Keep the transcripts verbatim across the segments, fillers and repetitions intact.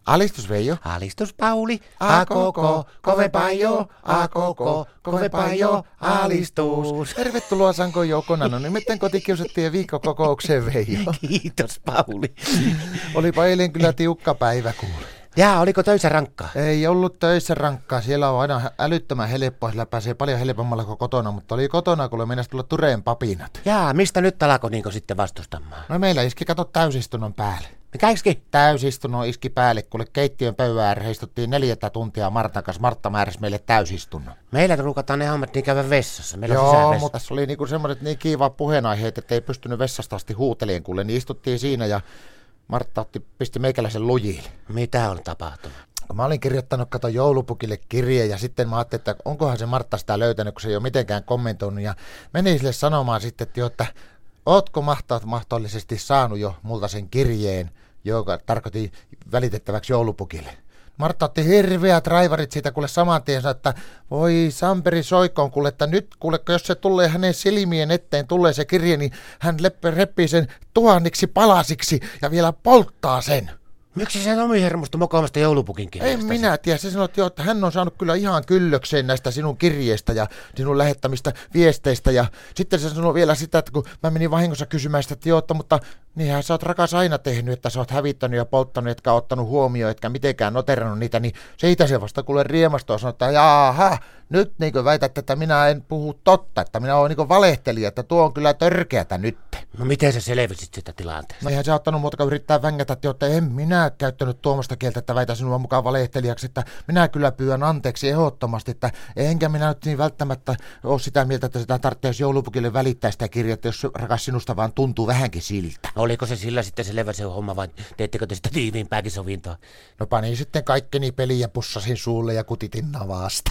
Alistus Veijo. Alistus Pauli, A koko, kovempaa jo, a koko, kovempaa jo, alistus. Tervetuloa Sanko Joukona, no nimittäin kotikiusattiin viikkokokoukseen Veijo. Kiitos Pauli. Olipa eilen kyllä tiukka päivä kuule. Jaa, oliko töissä rankkaa? Ei ollut töissä rankkaa, siellä on aina älyttömän helppoa, sillä pääsee paljon helpommalla kuin kotona, mutta oli kotona, kun mennäisi tulla Tureen papinat. Jaa, mistä nyt alkoi niinku sitten vastustamaan? No meillä iski kato täysistunnon päälle. Mikä iski? Täysistunnon iski päälle, kuule keittiön pöydän ääreen istuttiin neljättä tuntia Martan kanssa. Martta määräsi meille täysistunnon. Meillä ruukataan ne hommat niin käydä vessassa. Meillä on Joo, sisävessa. mutta tässä oli niinku semmoiset niin kiiva puheenaiheet, että ei pystynyt vessasta asti huuteleen, kuule, niin istuttiin siinä ja Martta otti, pisti meikäläisen lujille. Mitä on tapahtunut? Mä olin kirjoittanut kato joulupukille kirjeen ja sitten mä ajattelin, että onkohan se Martta sitä löytänyt, kun se ei ole mitenkään kommentoinut. Ja menin sille sanomaan sitten, että, jo, että ootko mahtaat mahdollisesti saanut jo multa sen kirjeen, joka tarkoitti välitettäväksi joulupukille. Martta otti hirveät raivarit siitä kuule saman tien, että voi Samperi soikoon kuule, että nyt kuule, jos se tulee hänen silmien eteen, tulee se kirje, niin hän leppe reppii sen tuhanniksi palasiksi ja vielä polttaa sen. Miksi se Tomi hermostui mokoamasta joulupukin kirjasta? En minä tiedä. Se sanoi, että, että hän on saanut kyllä ihan kyllökseen näistä sinun kirjeistä ja sinun lähettämistä viesteistä. Ja sitten se sanoi vielä sitä, että kun mä menin vahingossa kysymään sitä, että joo, mutta niinhän sä oot rakas aina tehnyt, että sä oot hävittänyt ja polttanut, etkä ottanut huomioon, etkä mitenkään noterannut niitä, niin siitä se vasta kuule riemastui ja sanoi, että jaha, nyt niin väität, että minä en puhu totta, että minä olen niin valehtelija, että tuo on kyllä törkeätä nyt. No miten sä selvisit sitä tilanteesta? No eihän se ottanut muuta kuin yrittää vängätä, että en minä käyttänyt tuommoista kieltä, että väitä sinua mukaan valehtelijaksi, että minä kyllä pyydän anteeksi ehdottomasti, että enkä minä nyt niin välttämättä ole sitä mieltä, että sitä tarvitsisi joulupukille välittää sitä kirjettä, jos rakas sinusta vaan tuntuu vähänkin siltä. Oliko se sillä sitten selvä se homma vai teettekö te sitä tiiviimpääkin sovintoa? No panin sitten kaikkeni peliin ja pussasin suulle ja kutitin navasta.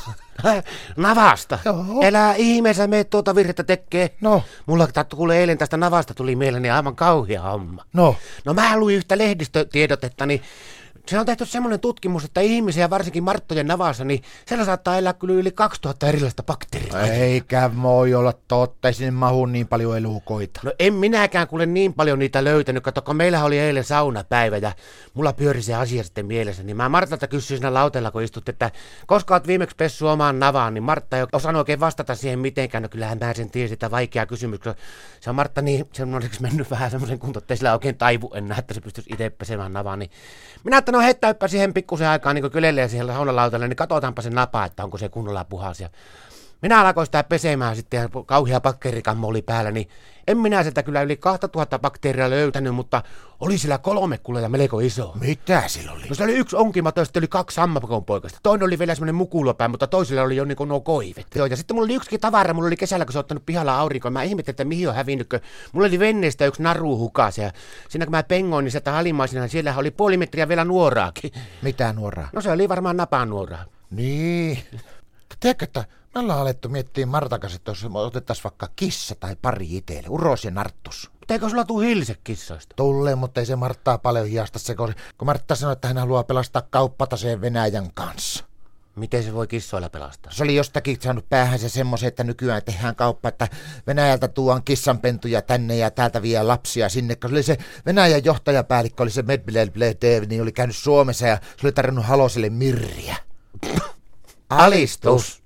Navasta? Joo. Elää ihmeessä me tuota virhettä tekee. No. Mulla kuule eilen tästä navasta tuli mieleeni aivan kauhea homma. No. No mä luin yhtä lehdistötiedotetta, niin se on tehty semmoinen tutkimus, että ihmisiä, varsinkin marttojen navassa, niin siellä saattaa elää kyllä yli kaksituhatta erilaista bakteeria. Eikä voi olla totta, ei sinne mahu niin paljon elukoita. No en minäkään kuule niin paljon niitä löytänyt, kato, kun meillä oli eilen saunapäivä ja mulla pyöri se asia sitten mielessä, niin mä Martalta kysyin siinä lautella, kun istut, että koska oot viimeksi pessu omaan navaan, niin Martta ei osannut oikein vastata siihen mitenkään, no kyllähän mä sen tiesin, että vaikea kysymys, kun se on Martta niin semmoiseksi mennyt vähän semmoisen kuntoon, että ei sillä oikein taivu enää, että se pystyisi itse pesemään navaan, niin minä että no heittäyppä siihen pikkusen aikaa niin kylelle siellä saunalautalle, niin katsotaanpa sen napa, että onko se kunnolla puhas. Ja minä alkoin sitä pesemään sitten ja kauhea bakteerikammo oli päällä, niin en minä sieltä kyllä yli kaksituhatta bakteeria löytänyt, mutta oli sillä kolme kuule ja melko iso. Mitä sillä oli? No se oli yksi onkimato ja sitten oli kaksi sammakon poikasta. Toinen oli vielä semmoinen mukulopää, mutta toisella oli jo niin kuin nuo koivet. Joo, ja sitten mulla oli yksikin tavara, mulla oli kesällä, kun se ottanut pihalla aurinkoon. Mä ihmettelin, että mihin on hävinnyt, kun mulla oli venneestä yksi naru hukas ja siinä kun mä pengoin, niin sieltä halimaisina, siellä oli puoli metriä vielä nuoraakin. Mitä nuoraa? No se oli varmaan napaan nuoraa. Niin. Tiedätkö, että me ollaan alettu miettiä Martan kanssa, että jos otettaisiin vaikka kissa tai pari itselle, Uros ja Narttus. Mutta eikö sulla tuu hilse kissoista? Tulee, mutta ei se Marttaa paljon hiasta se, kun Martta sanoi, että hän haluaa pelastaa kauppataseen Venäjän kanssa. Miten se voi kissoilla pelastaa? Se oli jostakin saanut päähänsä semmoisen, että nykyään tehdään kauppa, että Venäjältä tuodaan kissanpentuja tänne ja täältä vie lapsia sinne. Kun se oli se Venäjän johtajapäällikkö, oli se Medvedev, niin oli käynyt Suomessa ja se oli tarjonnut Haloselle mirriä. Alistus!